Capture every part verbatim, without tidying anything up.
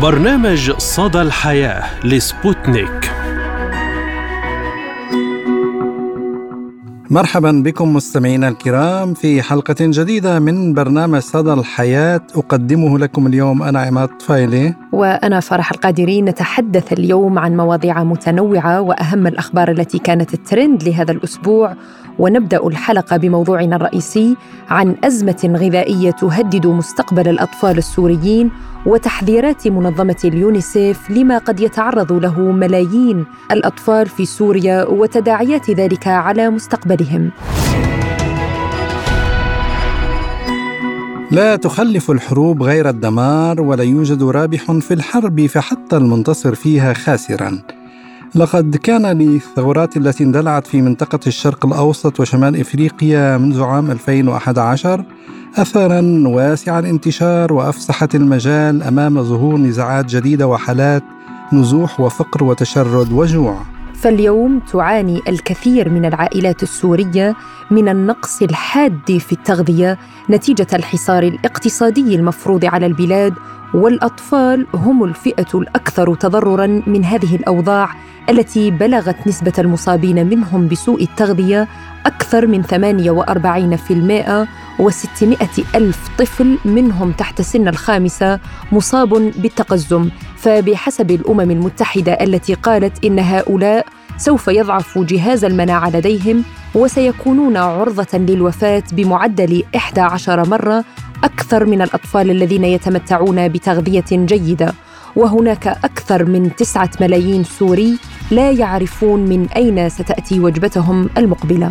برنامج صدى الحياة لسبوتنيك. مرحبا بكم مستمعينا الكرام في حلقة جديدة من برنامج صدى الحياة، أقدمه لكم اليوم أنا عماد طفيلي وأنا فرح القادري. نتحدث اليوم عن مواضيع متنوعة وأهم الأخبار التي كانت الترند لهذا الأسبوع، ونبدأ الحلقة بموضوعنا الرئيسي عن أزمة غذائية تهدد مستقبل الأطفال السوريين وتحذيرات منظمة اليونيسيف لما قد يتعرض له ملايين الأطفال في سوريا وتداعيات ذلك على مستقبلهم. لا تخلف الحروب غير الدمار، ولا يوجد رابح في الحرب فحتى المنتصر فيها خاسراً. لقد كان للثورات التي اندلعت في منطقة الشرق الأوسط وشمال إفريقيا منذ عام ألفين وأحد عشر أثراً واسع الانتشار، وأفسحت المجال أمام ظهور نزاعات جديدة وحالات نزوح وفقر وتشرد وجوع. فاليوم تعاني الكثير من العائلات السورية من النقص الحاد في التغذية نتيجة الحصار الاقتصادي المفروض على البلاد، والأطفال هم الفئة الأكثر تضرراً من هذه الأوضاع التي بلغت نسبة المصابين منهم بسوء التغذية أكثر من ثمانية وأربعين بالمئة، وستمائة ألف طفل منهم تحت سن الخامسة مصاب بالتقزم. فبحسب الأمم المتحدة التي قالت إن هؤلاء سوف يضعف جهاز المناعة لديهم وسيكونون عرضة للوفاة بمعدل إحدى عشر مرة أكثر من الأطفال الذين يتمتعون بتغذية جيدة. وهناك أكثر من تسعة ملايين سوري لا يعرفون من أين ستأتي وجبتهم المقبلة.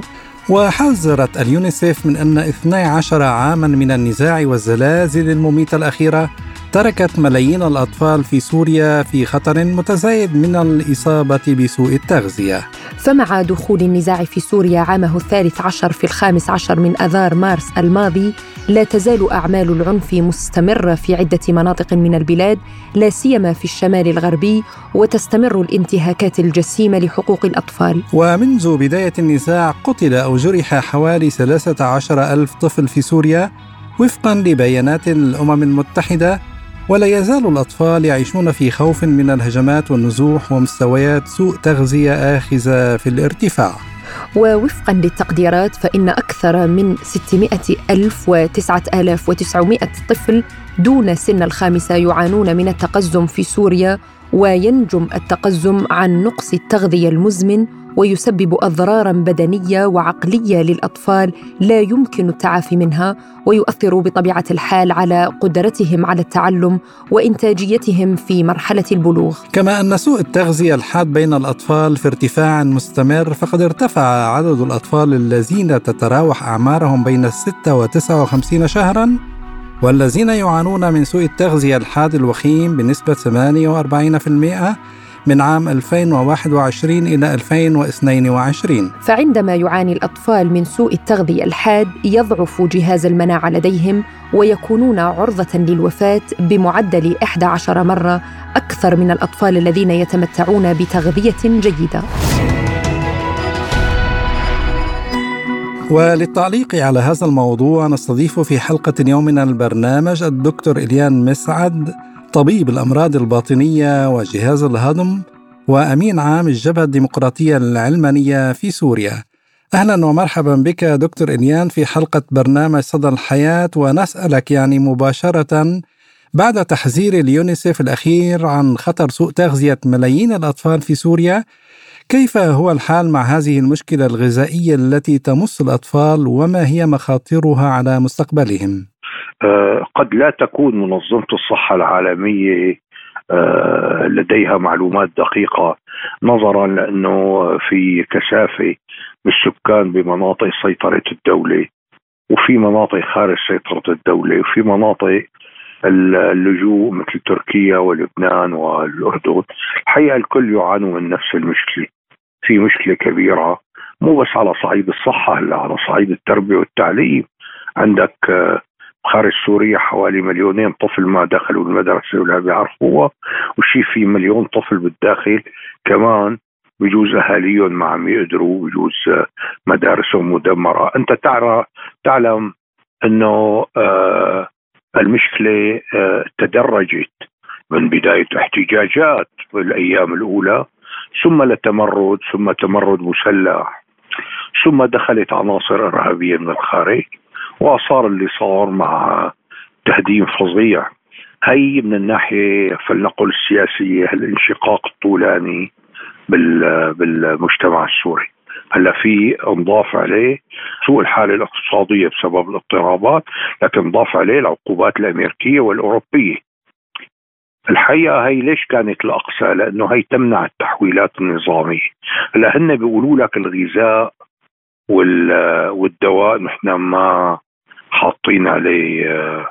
وحذرت اليونيسيف من أن اثني عشر عاماً من النزاع والزلازل المميتة الأخيرة تركت ملايين الأطفال في سوريا في خطر متزايد من الإصابة بسوء التغذية. فمع دخول النزاع في سوريا عامه الثالث عشر في الخامس عشر من أذار مارس الماضي، لا تزال أعمال العنف مستمرة في عدة مناطق من البلاد، لا سيما في الشمال الغربي، وتستمر الانتهاكات الجسيمة لحقوق الأطفال. ومنذ بداية النزاع قتل أو جرح حوالي ثلاثة عشر ألف طفل في سوريا وفقاً لبيانات الأمم المتحدة، ولا يزال الأطفال يعيشون في خوف من الهجمات والنزوح ومستويات سوء تغذية آخذة في الارتفاع. ووفقاً للتقديرات فإن أكثر من ستمائة ألف وتسعة آلاف وتسعمائة طفل دون سن الخامسة يعانون من التقزم في سوريا، وينجم التقزم عن نقص التغذية المزمن ويسبب أضراراً بدنية وعقلية للأطفال لا يمكن التعافي منها، ويؤثر بطبيعة الحال على قدرتهم على التعلم وإنتاجيتهم في مرحلة البلوغ. كما أن سوء التغذية الحاد بين الأطفال في ارتفاع مستمر، فقد ارتفع عدد الأطفال الذين تتراوح أعمارهم بين الستة وتسعة وخمسين شهراً والذين يعانون من سوء التغذية الحاد الوخيم بنسبة ثمانية وأربعين بالمئة من عام ألفين وواحد وعشرين إلى ألفين واثنين وعشرين. فعندما يعاني الأطفال من سوء التغذية الحاد يضعف جهاز المناعة لديهم ويكونون عرضة للوفاة بمعدل إحدى عشر مرة أكثر من الأطفال الذين يتمتعون بتغذية جيدة. وللتعليق على هذا الموضوع نستضيف في حلقة يومنا البرنامج الدكتور إليان مسعد، طبيب الأمراض الباطنية وجهاز الهضم وأمين عام الجبهة الديمقراطية العلمانية في سوريا. أهلا ومرحبا بك دكتور إليان في حلقة برنامج صدى الحياة، ونسألك يعني مباشرة بعد تحذير اليونيسيف الأخير عن خطر سوء تغذية ملايين الأطفال في سوريا، كيف هو الحال مع هذه المشكلة الغذائية التي تمس الأطفال وما هي مخاطرها على مستقبلهم؟ أه قد لا تكون منظمة الصحة العالمية أه لديها معلومات دقيقة، نظرا لأنه في كثافة بالسكان بمناطق سيطرة الدولة وفي مناطق خارج سيطرة الدولة وفي مناطق اللجوء مثل تركيا ولبنان والأردن. الحقيقة الكل يعانوا من نفس المشكلة، في مشكلة كبيرة مو بس على صعيد الصحة، هلا على صعيد التربية والتعليم. عندك خارج سوريا حوالي مليونين طفل ما دخلوا المدرسة ولا بيعرفوها، وشي في مليون طفل بالداخل كمان بجوز أهاليهم ما عم يقدروا، بجوز مدارسهم مدمرة. أنت تعرف تعلم أنه آه المشكلة آه تدرجت من بداية احتجاجات في الأيام الأولى، ثم لتمرد، ثم تمرد مسلح، ثم دخلت عناصر إرهابية من الخارج، وصار اللي صار مع تهديم فظيع. هي من الناحية فلنقل السياسية الانشقاق الطولاني بالمجتمع السوري. هلا في انضاف عليه سوء الحالة الاقتصادية بسبب الاضطرابات، لكن انضاف عليه العقوبات الأمريكية والأوروبية. الحقيقة هي ليش كانت الأقصى؟ لأنه هي تمنع التحويلات النظامية. هلا هن بيقولوا لك الغذاء والدواء نحن ما حاطين عليه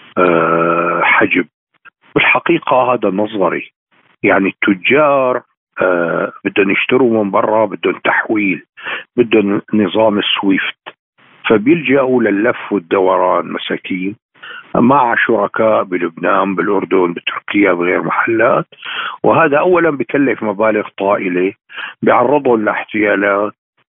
حجب. بالحقيقة هذا نظري، يعني التجار آه بدهم يشتروا من برا، بدهم تحويل، بدهم نظام السويفت، فبيلجأوا لللف والدوران مساكين مع شركاء بلبنان بالأردن بتركيا بغير محلات. وهذا أولا بكلف مبالغ طائلة، بيعرضهم لاحتيالات،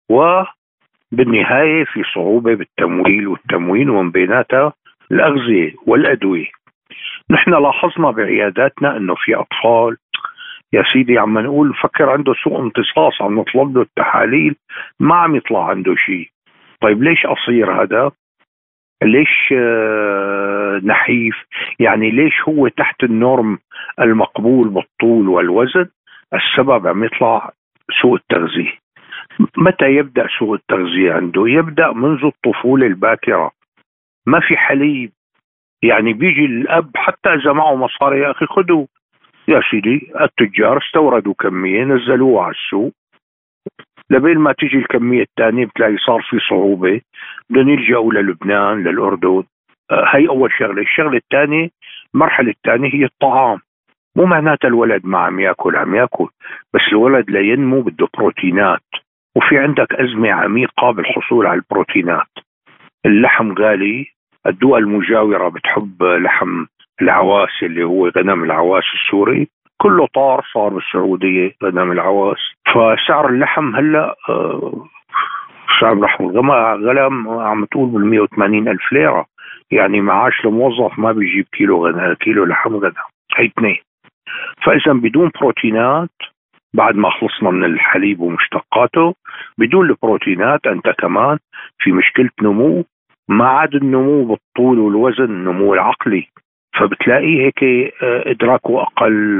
وبالنهاية في صعوبة بالتمويل والتموين، ومن بيناتها الأغذية والأدوية. نحن لاحظنا بعياداتنا أنه في أطفال يا سيدي عم نقول فكر عنده سوء امتصاص، عم نطلب له التحاليل ما عم يطلع عنده شيء. طيب ليش قصير هذا؟ ليش آه نحيف؟ يعني ليش هو تحت النورم المقبول بالطول والوزن؟ السبب عم يطلع سوء التغذية. متى يبدأ سوء التغذية عنده؟ يبدأ منذ الطفولة الباكرة. ما في حليب، يعني بيجي الأب حتى إذا معه مصاري يا أخي خذوا يا سيدي، التجار استوردوا كمية نزلوها على السوق، لبين ما تيجي الكمية الثانية بتلاقي صار في صعوبة، بدهم يلجأوا للبنان للأردن. آه هي أول شغلة. الشغلة الثانية، المرحلة الثانية هي الطعام. مو معناتها الولد ما عم يأكل، عم يأكل، بس الولد لينمو بده بروتينات، وفي عندك أزمة عميقة بالحصول على البروتينات. اللحم غالي، الدول المجاورة بتحب لحم العواس اللي هو غنم العواس السوري، كله طار صار بالسعودية غنم العواس. فسعر اللحم هلا آه سعر لحم الغنم عم تقول بالمية وثمانين ألف ليرة، يعني معاش الموظف ما بيجيب كيلو غنم كيلو لحم غنم، هي اثنين. فإذا بدون بروتينات، بعد ما خلصنا من الحليب ومشتقاته، بدون البروتينات أنت كمان في مشكلة نمو، ما عاد النمو بالطول والوزن، النمو العقلي. فبتلاقيه هيك إدراكه أقل،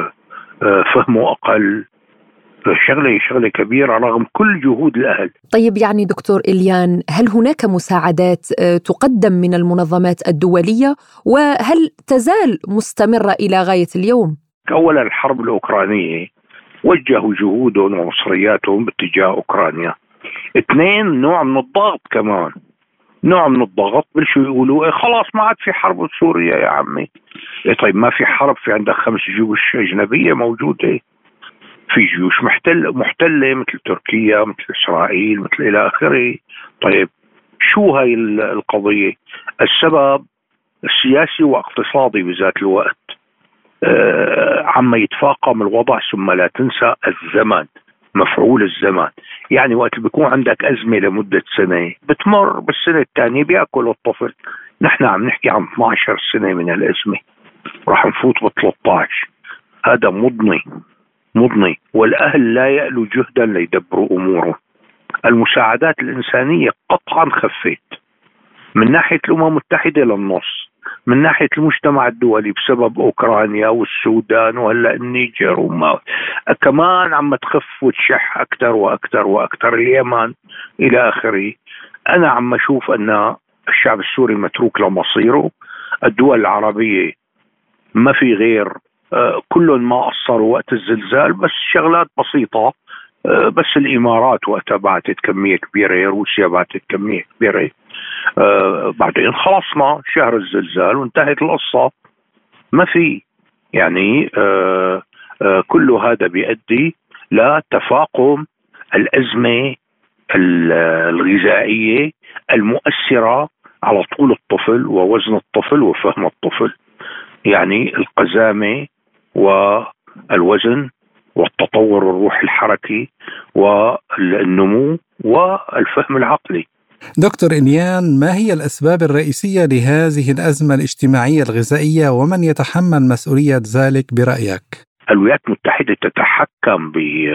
فهمه أقل، شغلة شغلة كبيرة رغم كل جهود الأهل. طيب يعني دكتور إليان، هل هناك مساعدات تقدم من المنظمات الدولية، وهل تزال مستمرة إلى غاية اليوم؟ أولا الحرب الأوكرانية وجهوا جهودهم ومصرياتهم باتجاه أوكرانيا. اثنين، نوع من الضغط كمان، نوع من الضغط بلشوا يقولوا إيه خلاص ما عاد في حرب بسوريا يا عمي. إيه طيب ما في حرب، في عندك خمس جيوش أجنبية موجودة، في جيوش محتل محتلة مثل تركيا مثل إسرائيل مثل إلى آخره. طيب شو هاي القضية؟ السبب السياسي واقتصادي بذات الوقت. آه عما يتفاقم الوضع، ثم لا تنسى الزمن، مفعول الزمن. يعني وقت بيكون عندك أزمة لمدة سنة، بتمر بالسنة الثانية بيأكل الطفل. نحن عم نحكي عن اثني عشر سنة من الأزمة، راح نفوت ب ثلاثة عشر. هذا مضني مضني، والأهل لا يألوا جهدا ليدبروا أمورهم. المساعدات الإنسانية قطعا خفت من ناحية الأمم المتحدة للنص، من ناحية المجتمع الدولي بسبب أوكرانيا والسودان وهلا النيجر، وما كمان عم تخف وتشح أكثر وأكثر وأكثر، اليمن إلى آخره. أنا عم أشوف أن الشعب السوري متروك لمصيره. الدول العربية ما في غير آه كلهم ما قصروا وقت الزلزال، بس شغلات بسيطة. آه بس الإمارات وقتها بعتت كمية كبيرة، روسيا بعتت كمية كبيرة. آه بعدين خلصنا شهر الزلزال وانتهت القصة. ما في يعني آه آه كل هذا بيؤدي لتفاقم الأزمة الغذائية المؤثرة على طول الطفل ووزن الطفل وفهم الطفل. يعني القزامة والوزن والتطور الروحي الحركي والنمو والفهم العقلي. دكتور إليان، ما هي الأسباب الرئيسية لهذه الأزمة الاجتماعية الغذائية ومن يتحمل مسؤولية ذلك برأيك؟ الولايات المتحدة تتحكم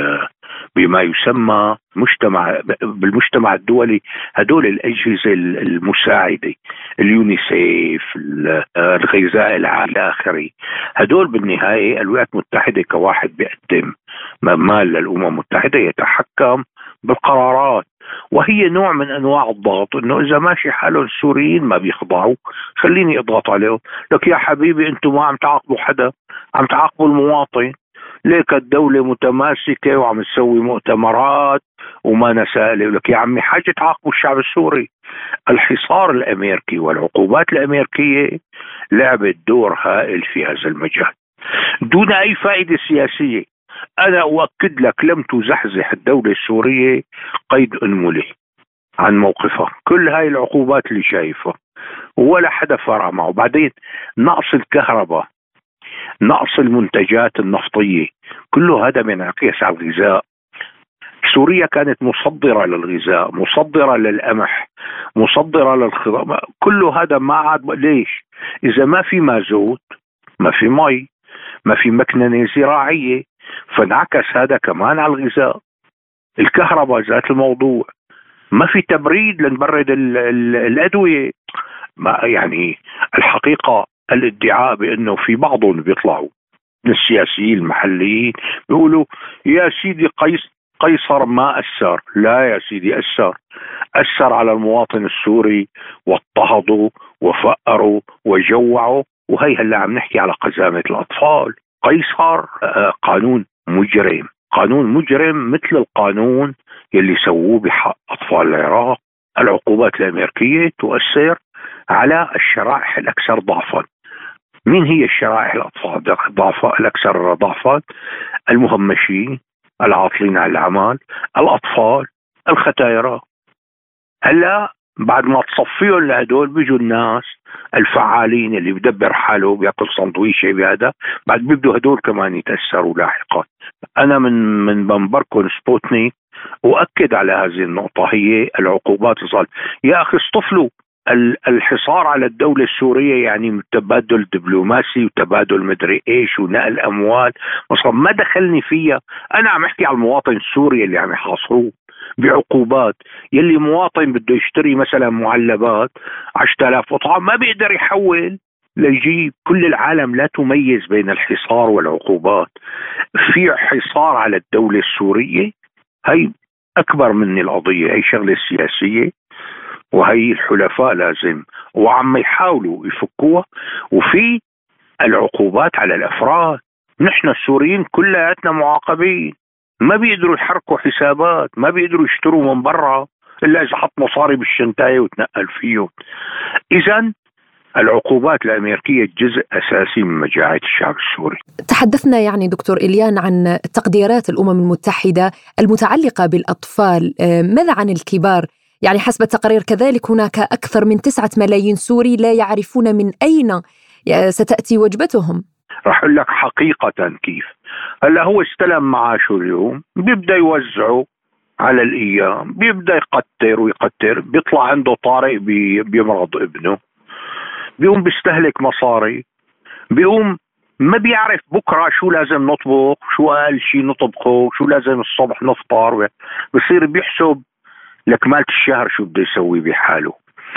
بما يسمى مجتمع بالمجتمع الدولي، هدول الأجهزة المساعدة، اليونيسيف، الغذاء العالمي إلى آخره. هدول بالنهاية الولايات المتحدة كواحد بيقدم مال للأمم المتحدة يتحكم بالقرارات، وهي نوع من أنواع الضغط، إنه إذا ماشي حاله السوريين ما بيخضعوا خليني أضغط عليهم. لك يا حبيبي أنتم ما عم تعاقبوا حدا، عم تعاقبوا المواطن. ليك الدولة متماسكة وعم تسوي مؤتمرات وما نسأله. لك يا عمي حاجة تعاقبوا الشعب السوري. الحصار الأمريكي والعقوبات الأمريكية لعبت دور هائل في هذا المجال دون أي فائدة سياسية. أنا أؤكد لك لم تزحزح الدولة السورية قيد أنملة عن موقفها. كل هاي العقوبات اللي شايفها ولا حدا فرق معه. بعدين نقص الكهرباء، نقص المنتجات النفطية، كله هذا بينعكس على الغذاء. سوريا كانت مصدرة للغذاء، مصدرة للقمح، مصدرة للخضار، كله هذا ما عاد. ليش؟ إذا ما في مازوت، ما في مي، ما في مكننة زراعية، فانعكس هذا كمان على الغذاء. الكهرباء ذات الموضوع، ما في تبريد لنبرد ال ال الأدوية. ما يعني الحقيقة الادعاء بأنه في بعضهم بيطلعوا من السياسيين المحليين بيقولوا يا سيدي قيس قيصر ما أثر. لا يا سيدي أثر، أثر على المواطن السوري واضطهدوا وفقروا وجوعوا. وهي هلا عم نحكي على قزامة الأطفال. قيصر قانون مجرم، قانون مجرم مثل القانون يلي سووه بحق أطفال العراق. العقوبات الأمريكية تؤثر على الشرائح الأكثر ضعفا. مين هي الشرائح الأضعف الأكثر ضعفا؟ المهمشين، العاطلين عن العمل، الأطفال، الختايرة. هلا بعد ما تصفيهم لهدول بيجوا الناس الفعالين اللي بدبر حاله بياكل سندويشة بهذا، بعد بيبدوا هدول كمان يتأثروا لاحقا. أنا من من منبركم سبوتنيك أؤكد على هذه النقطة، هي العقوبات الظالمة. يا أخي اصطفلوا الحصار على الدولة السورية، يعني تبادل دبلوماسي وتبادل مدري ايش ونقل اموال. مصر ما دخلني فيها، انا عم احكي على المواطن السوري اللي عم يحاصروه بعقوبات. يلي مواطن بده يشتري مثلا معلبات عشرة آلاف قطعة ما بيقدر يحول ليجيب. كل العالم لا تميز بين الحصار والعقوبات. في حصار على الدولة السورية، هي اكبر من القضية، هي شغلة سياسية، وهي الحلفاء لازم وعم يحاولوا يفكوها. وفي العقوبات على الأفراد، نحن السوريين كلياتنا معاقبين، ما بيقدروا يحركوا حسابات، ما بيقدروا يشتروا من برا إلا إذا حط مصاري بالشنطاية وتنقل فيهم. إذن العقوبات الأمريكية جزء أساسي من مجاعة الشعب السوري. تحدثنا يعني دكتور إليان عن تقديرات الأمم المتحدة المتعلقة بالأطفال، ماذا عن الكبار؟ يعني حسب التقارير كذلك هناك أكثر من تسعة ملايين سوري لا يعرفون من أين ستأتي وجبتهم. رح أقول لك حقيقة كيف. هلا هو استلم معاشه اليوم، بيبدأ يوزعه على الأيام، بيبدأ يقتر ويقتر، بيطلع عنده طارئ بيمرض ابنه، بيقوم بيستهلك مصاري، بيقوم ما بيعرف بكرة شو لازم نطبخ، شو أقل شي نطبخه، شو لازم الصبح نفطر. بصير بيحسب لكمالة الشهر شو بده يسوي بحاله.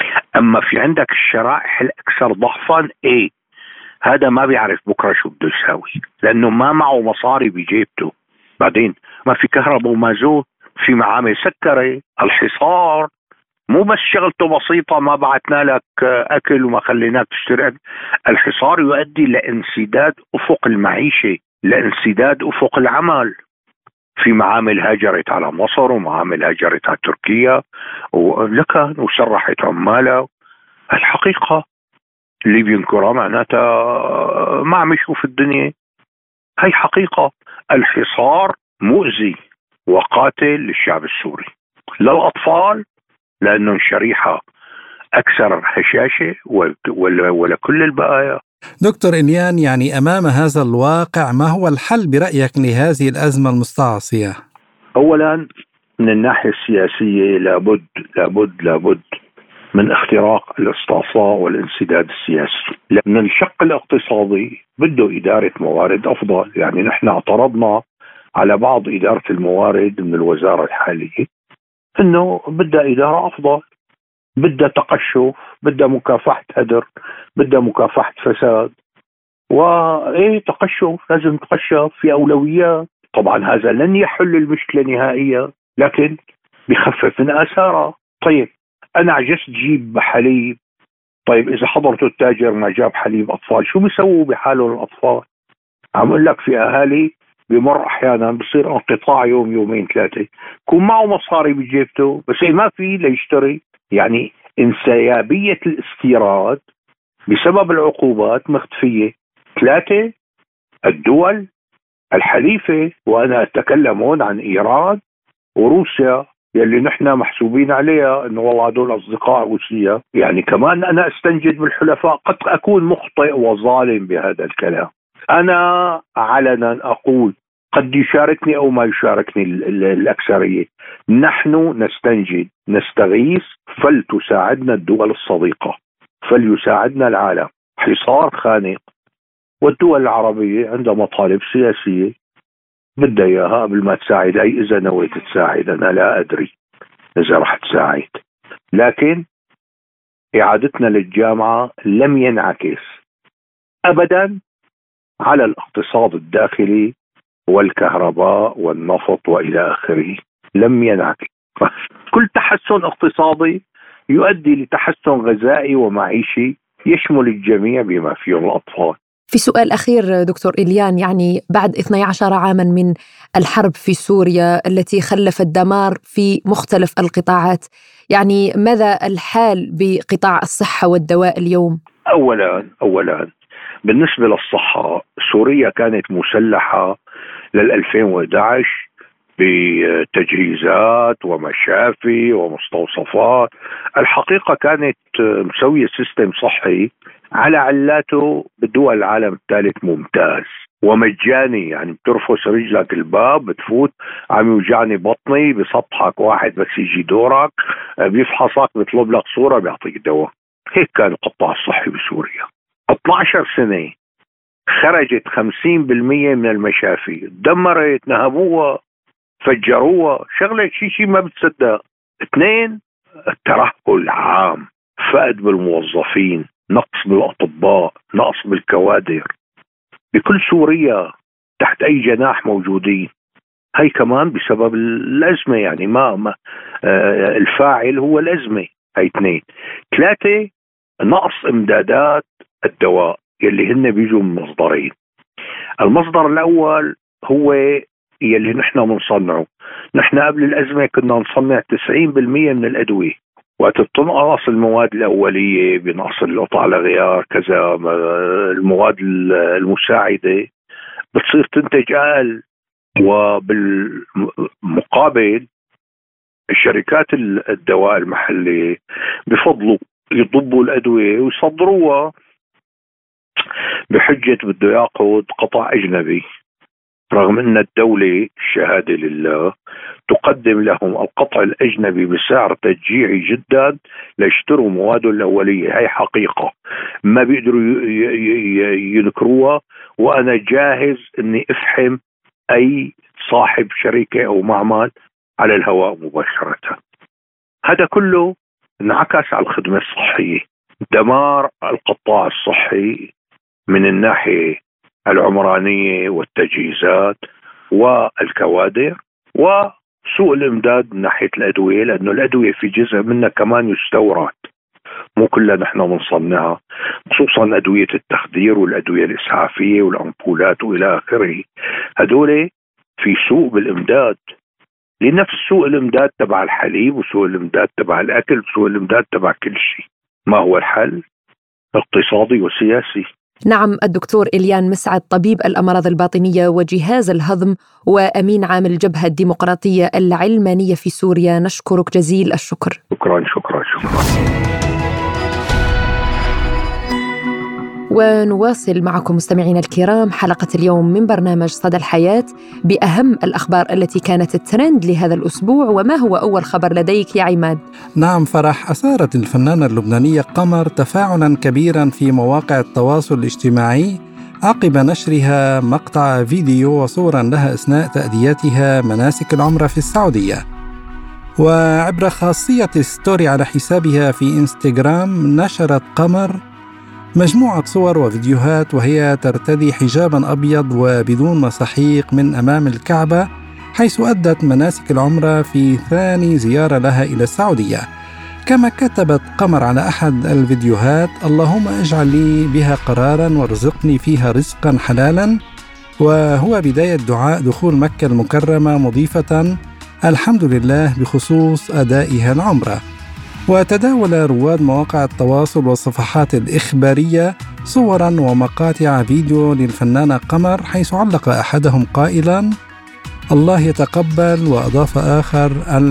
أما في عندك الشرائح الأكثر ضعفا، إيه هذا ما بيعرف بكرة شو بده يسوي، لأنه ما معه مصاري بجيبته. بعدين ما في كهرباء ومازوت، في معامل سكري. الحصار مو بس شغلته بسيطة، ما بعتنا لك أكل وما خليناك تشتري. الحصار يؤدي لانسداد أفق المعيشة، لانسداد أفق العمل. في معامل هاجرت على مصر ومعامل هاجرت على تركيا ولكن وسرحت عمالها. الحقيقة اللي بينكرها معناتها ما عم يشوف الدنيا. هي حقيقة. الحصار مؤذي وقاتل للشعب السوري، للأطفال لأنه شريحة أكثر هشاشة ولكل البقايا. دكتور إليان، يعني أمام هذا الواقع ما هو الحل برأيك لهذه الأزمة المستعصية؟ أولا من الناحية السياسية لابد لابد لابد من اختراق الاستعصاء والانسداد السياسي، لأن الشق الاقتصادي بده إدارة موارد أفضل. يعني نحن اعترضنا على بعض إدارة الموارد من الوزارة الحالية إنه بدها إدارة أفضل، بدها تقشف، بدها مكافحة هدر، بدها مكافحة فساد. وإيه تقشف، لازم تقشف في أولويات. طبعا هذا لن يحل المشكلة نهائيا، لكن بخفف من آثارها. طيب أنا عجزت جيب حليب، طيب إذا حضرته التاجر ما جاب حليب أطفال، شو بيسووا بحاله الأطفال؟ عم أقول لك في أهالي بمر أحيانا بصير انقطاع يوم يومين ثلاثة، يكون معه مصاري بجيبته بس ما في ليشتري. يعني انسيابية الاستيراد بسبب العقوبات مختفية. ثلاثة، الدول الحليفة، وأنا أتكلم هون عن إيران وروسيا يلي نحن محسوبين عليها انه والله هدول اصدقاء روسيا. يعني كمان انا استنجد بالحلفاء. قد اكون مخطئ وظالم بهذا الكلام، انا علنا اقول قد يشاركني او ما يشاركني الاكثريه. نحن نستنجد نستغيث، فلتساعدنا الدول الصديقه، فليساعدنا العالم. حصار خانق، والدول العربيه عندها مطالب سياسيه بدها اياها قبل ما تساعد. اي اذا نويت تساعد، انا لا ادري اذا رح تساعد، لكن اعادتنا للجامعه لم ينعكس ابدا على الاقتصاد الداخلي والكهرباء والنفط والى اخره. لم ينعكس. كل تحسن اقتصادي يؤدي لتحسن غذائي ومعيشي يشمل الجميع بما فيهم الاطفال. في سؤال أخير دكتور إليان، يعني بعد اثني عشر عاما من الحرب في سوريا التي خلفت دمار في مختلف القطاعات، يعني ماذا الحال بقطاع الصحة والدواء اليوم؟ أولا أولا بالنسبة للصحة، سوريا كانت مسلحة لل ألفين وأحد عشر بتجهيزات ومشافي ومستوصفات. الحقيقة كانت مسوية سيستم صحي على علاته بدول العالم الثالث ممتاز ومجاني. يعني بترفس رجلك الباب بتفوت، عم يوجعني بطني، بسطحك واحد بس يجي دورك، بيفحصك، بيطلب لك صورة، بيعطيك دواء. هيك كان القطاع الصحي بسوريا. اثني عشر سنة خرجت خمسين بالمئة من المشافي، دمرت، نهبوها، فجروها، شغلة شيء شيء ما بتصدق. اثنين، الترهل عام، فقد بالموظفين، نقص بالأطباء، نقص بالكوادر بكل سوريا تحت أي جناح موجودين. هاي كمان بسبب الأزمة. يعني ما, ما آه الفاعل هو الأزمة. هاي اثنين. ثلاثة، نقص إمدادات الدواء يلي هن بيجوا من مصدرين. المصدر الأول هو يلي نحن بنصنعه. نحن قبل الأزمة كنا نصنع تسعين بالمئة من الأدوية، وقت بتنقص المواد الأولية بنقص القطع الغيار كذا، المواد المساعدة بتصير تنتج أقل. وبالمقابل الشركات الدواء المحلية بفضلوا يضبوا الأدوية ويصدروها بحجة بده ياخذ قطع أجنبي، رغم أن الدولة الشهادة لله تقدم لهم القطع الأجنبي بسعر تشجيعي جدا ليشتروا مواده الأولية. هاي حقيقة ما بيقدروا ينكروها، وأنا جاهز أني أفحم أي صاحب شركة أو معمل على الهواء مباشرة. هذا كله انعكس على الخدمة الصحية. دمار القطاع الصحي من الناحية العمرانية والتجهيزات والكوادر، وسوء الإمداد من ناحية الأدوية، لأنه الأدوية في جزء منها كمان يستورد، مو كلها نحن بنصنعها، خصوصا أدوية التخدير والأدوية الإسعافية والأمبولات وإلى آخره. هدول في سوء بالإمداد، لنفس سوء الإمداد تبع الحليب وسوء الإمداد تبع الأكل وسوء الإمداد تبع كل شيء. ما هو الحل؟ اقتصادي وسياسي. نعم، الدكتور إليان مسعد، طبيب الأمراض الباطنية وجهاز الهضم وأمين عام الجبهة الديمقراطية العلمانية في سوريا، نشكرك جزيل الشكر. شكرا شكرا شكرا. ونواصل معكم مستمعينا الكرام حلقة اليوم من برنامج صدى الحياة بأهم الأخبار التي كانت الترند لهذا الأسبوع. وما هو أول خبر لديك يا عماد؟ نعم فرح، أثارت الفنانة اللبنانية قمر تفاعلا كبيرا في مواقع التواصل الاجتماعي عقب نشرها مقطع فيديو وصورا لها أثناء تأديتها مناسك العمرة في السعودية. وعبر خاصية ستوري على حسابها في إنستغرام نشرت قمر مجموعة صور وفيديوهات وهي ترتدي حجابا أبيض وبدون مساحيق من أمام الكعبة، حيث أدت مناسك العمرة في ثاني زيارة لها إلى السعودية. كما كتبت قمر على أحد الفيديوهات: اللهم اجعل لي بها قرارا وارزقني فيها رزقا حلالا، وهو بداية دعاء دخول مكة المكرمة، مضيفة الحمد لله بخصوص أدائها العمرة. وتداول رواد مواقع التواصل والصفحات الإخبارية صورا ومقاطع فيديو للفنانة قمر، حيث علق أحدهم قائلا: الله يتقبل، وأضاف آخر: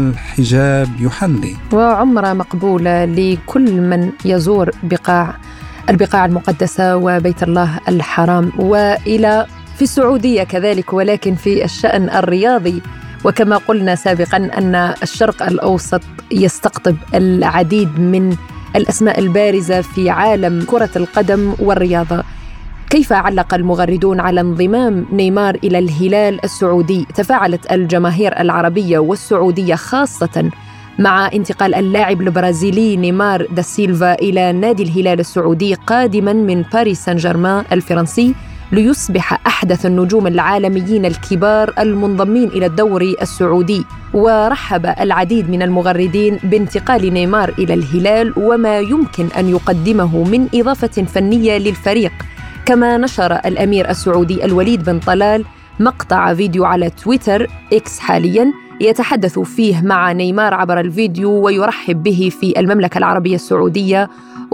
الحجاب يحلي. وعمرة مقبولة لكل من يزور بقاع البقاع المقدسة وبيت الله الحرام، وإلى في السعودية كذلك، ولكن في الشأن الرياضي. وكما قلنا سابقا أن الشرق الأوسط يستقطب العديد من الأسماء البارزة في عالم كرة القدم والرياضة. كيف علق المغردون على انضمام نيمار إلى الهلال السعودي؟ تفاعلت الجماهير العربية والسعودية خاصة مع انتقال اللاعب البرازيلي نيمار دا سيلفا إلى نادي الهلال السعودي قادما من باريس سان جيرمان الفرنسي، ليصبح أحدث النجوم العالميين الكبار المنضمين إلى الدوري السعودي. ورحب العديد من المغردين بانتقال نيمار إلى الهلال وما يمكن أن يقدمه من إضافة فنية للفريق. كما نشر الأمير السعودي الوليد بن طلال مقطع فيديو على تويتر إكس حالياً يتحدث فيه مع نيمار عبر الفيديو ويرحب به في المملكة العربية السعودية.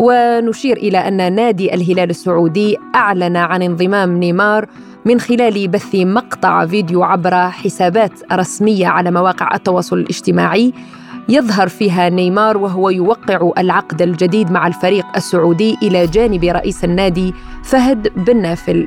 ونشير إلى أن نادي الهلال السعودي أعلن عن انضمام نيمار من خلال بث مقطع فيديو عبر حسابات رسمية على مواقع التواصل الاجتماعي يظهر فيها نيمار وهو يوقع العقد الجديد مع الفريق السعودي إلى جانب رئيس النادي فهد بن نافل.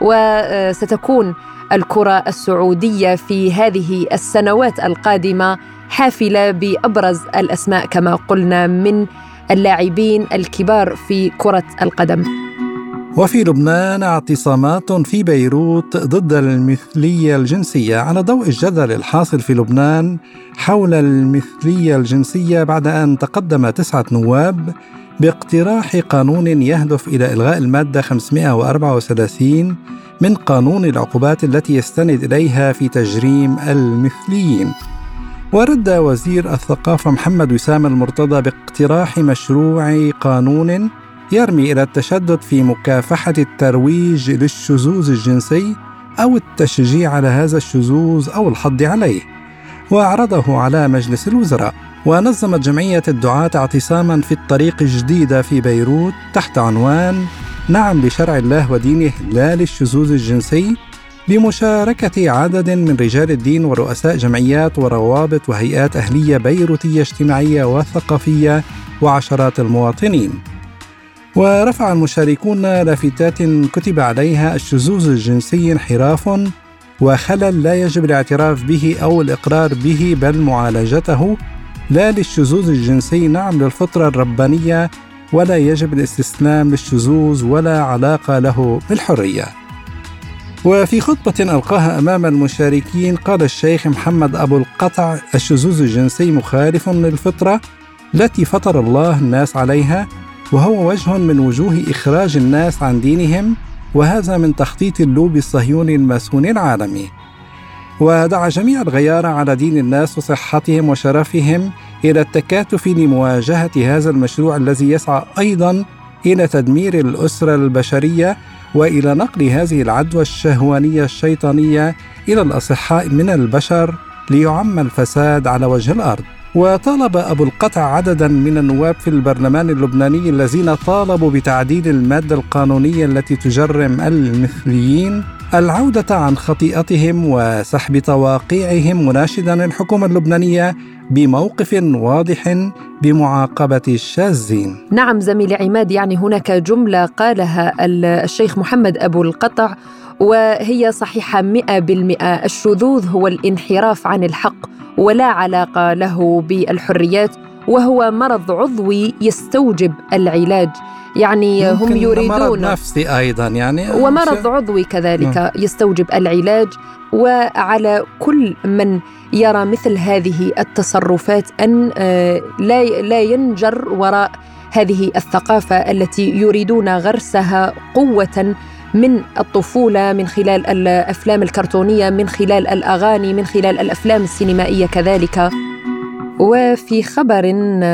وستكون الكرة السعودية في هذه السنوات القادمة حافلة بأبرز الأسماء كما قلنا من اللاعبين الكبار في كرة القدم. وفي لبنان اعتصامات في بيروت ضد المثلية الجنسية على ضوء الجدل الحاصل في لبنان حول المثلية الجنسية، بعد أن تقدم تسعة نواب باقتراح قانون يهدف إلى إلغاء المادة خمسمائة وأربعة وثلاثين من قانون العقوبات التي يستند إليها في تجريم المثليين. ورد وزير الثقافة محمد وسام المرتضى باقتراح مشروع قانون يرمي إلى التشدد في مكافحة الترويج للشذوذ الجنسي أو التشجيع على هذا الشذوذ أو الحض عليه، وعرضه على مجلس الوزراء. ونظمت جمعية الدعاة اعتصاما في الطريق الجديدة في بيروت تحت عنوان نعم لشرع الله ودينه لا للشذوذ الجنسي، بمشاركة عدد من رجال الدين ورؤساء جمعيات وروابط وهيئات أهلية بيروتية اجتماعية وثقافية وعشرات المواطنين. ورفع المشاركون لافتات كتب عليها الشذوذ الجنسي انحراف وخلل لا يجب الاعتراف به أو الإقرار به بل معالجته، لا للشذوذ الجنسي نعم للفطرة الربانية ولا يجب الاستسلام للشذوذ ولا علاقة له بالحرية. وفي خطبة ألقاها أمام المشاركين قال الشيخ محمد أبو القطع: الشذوذ الجنسي مخالف للفطرة التي فطر الله الناس عليها، وهو وجه من وجوه إخراج الناس عن دينهم، وهذا من تخطيط اللوبي الصهيوني الماسوني العالمي. ودعا جميع الغيار على دين الناس وصحتهم وشرفهم إلى التكاتف لمواجهة هذا المشروع الذي يسعى أيضا إلى تدمير الأسرة البشرية وإلى نقل هذه العدوى الشهوانية الشيطانية إلى الأصحاء من البشر ليعم الفساد على وجه الأرض. وطالب أبو القطع عددا من النواب في البرلمان اللبناني الذين طالبوا بتعديل المادة القانونية التي تجرم المثليين العودة عن خطيئتهم وسحب تواقيعهم، مناشدا الحكومة اللبنانية بموقف واضح بمعاقبة الشاذين. نعم زميلي عماد، يعني هناك جملة قالها الشيخ محمد أبو القطع وهي صحيحة مئة بالمئة: الشذوذ هو الانحراف عن الحق ولا علاقة له بالحريات، وهو مرض عضوي يستوجب العلاج. يعني هم يريدون مرض نفسي أيضا يعني ومرض عضوي كذلك م. يستوجب العلاج. وعلى كل من يرى مثل هذه التصرفات أن لا لا ينجر وراء هذه الثقافة التي يريدون غرسها قوة من الطفولة، من خلال الأفلام الكرتونية، من خلال الأغاني، من خلال الأفلام السينمائية كذلك. وفي خبر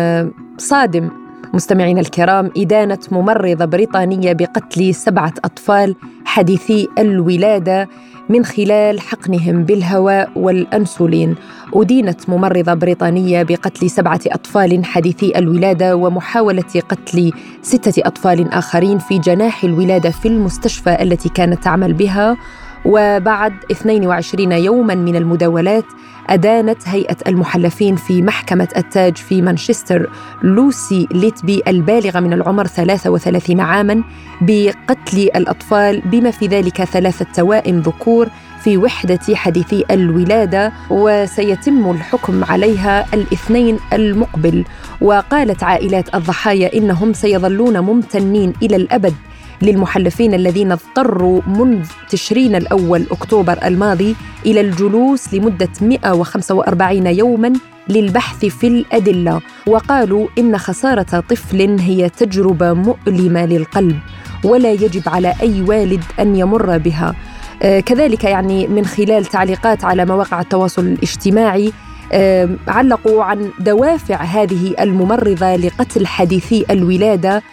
صادم مستمعين الكرام، إدانة ممرضة بريطانية بقتل سبعة أطفال حديثي الولادة من خلال حقنهم بالهواء والأنسولين. أدينت ممرضة بريطانية بقتل سبعة أطفال حديثي الولادة ومحاولة قتل ستة أطفال آخرين في جناح الولادة في المستشفى التي كانت تعمل بها. وبعد اثنين وعشرين يوماً من المداولات أدانت هيئة المحلفين في محكمة التاج في مانشستر لوسي ليتبي البالغة من العمر ثلاثة وثلاثين عاماً بقتل الأطفال بما في ذلك ثلاثة توائم ذكور في وحدة حديثي الولادة، وسيتم الحكم عليها الاثنين المقبل. وقالت عائلات الضحايا إنهم سيظلون ممتنين إلى الأبد للمحلفين الذين اضطروا منذ تشرين الأول أكتوبر الماضي إلى الجلوس لمدة مئة وخمسة وأربعين يوماً للبحث في الأدلة. وقالوا إن خسارة طفل هي تجربة مؤلمة للقلب ولا يجب على أي والد أن يمر بها. آه كذلك يعني من خلال تعليقات على مواقع التواصل الاجتماعي آه علقوا عن دوافع هذه الممرضة لقتل حديثي الولادة،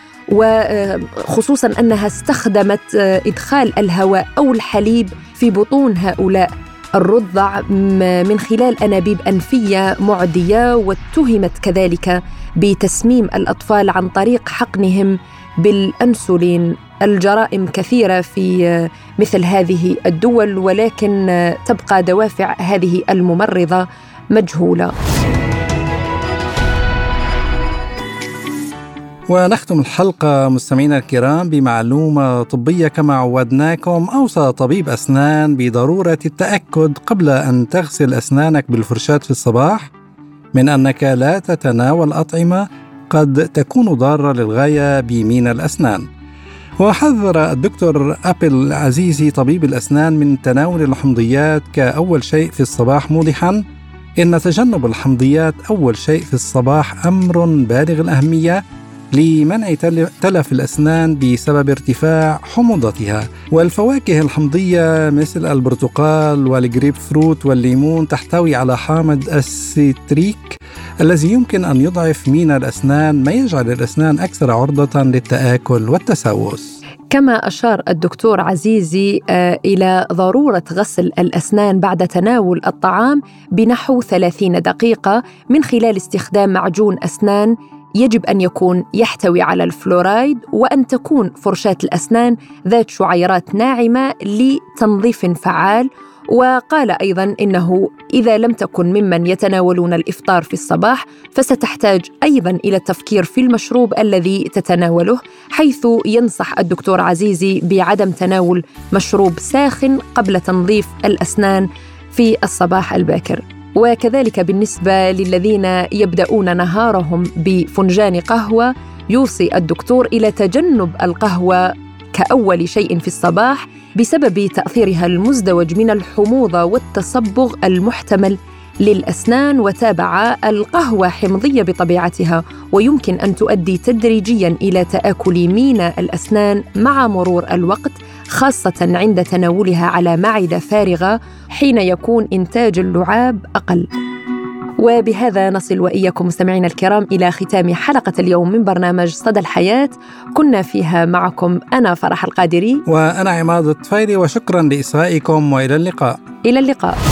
وخصوصاً أنها استخدمت إدخال الهواء أو الحليب في بطون هؤلاء الرضع من خلال أنابيب أنفية معدية، واتهمت كذلك بتسميم الأطفال عن طريق حقنهم بالأنسولين. الجرائم كثيرة في مثل هذه الدول، ولكن تبقى دوافع هذه الممرضة مجهولة. ونختم الحلقة مستمعينا الكرام بمعلومة طبية كما عودناكم. أوصى طبيب أسنان بضرورة التأكد قبل أن تغسل أسنانك بالفرشاة في الصباح من أنك لا تتناول أطعمة قد تكون ضارة للغاية بيمين الأسنان. وحذر الدكتور أبل عزيزي طبيب الأسنان من تناول الحمضيات كأول شيء في الصباح، موضحاً إن تجنب الحمضيات أول شيء في الصباح أمر بالغ الأهمية لمنع تلف الأسنان بسبب ارتفاع حموضتها. والفواكه الحمضية مثل البرتقال والجريب فروت والليمون تحتوي على حامض السيتريك الذي يمكن أن يضعف مينا الأسنان، ما يجعل الأسنان أكثر عرضة للتآكل والتسوس. كما أشار الدكتور عزيزي إلى ضرورة غسل الأسنان بعد تناول الطعام بنحو ثلاثين دقيقة من خلال استخدام معجون أسنان يجب أن يكون يحتوي على الفلورايد، وأن تكون فرشاة الأسنان ذات شعيرات ناعمة لتنظيف فعال. وقال أيضاً إنه إذا لم تكن ممن يتناولون الإفطار في الصباح فستحتاج أيضاً إلى التفكير في المشروب الذي تتناوله، حيث ينصح الدكتور عزيزي بعدم تناول مشروب ساخن قبل تنظيف الأسنان في الصباح الباكر. وكذلك بالنسبة للذين يبدأون نهارهم بفنجان قهوة، يوصي الدكتور إلى تجنب القهوة كأول شيء في الصباح بسبب تأثيرها المزدوج من الحموضة والتصبغ المحتمل للأسنان. وتابع القهوة حمضية بطبيعتها، ويمكن أن تؤدي تدريجياً إلى تآكل مينا الأسنان مع مرور الوقت، خاصة عند تناولها على معدة فارغة حين يكون إنتاج اللعاب أقل. وبهذا نصل وإياكم مستمعينا الكرام إلى ختام حلقة اليوم من برنامج صدى الحياة. كنا فيها معكم أنا فرح القادري وأنا عماد الطفيلي، وشكراً لإصغائكم وإلى اللقاء. إلى اللقاء.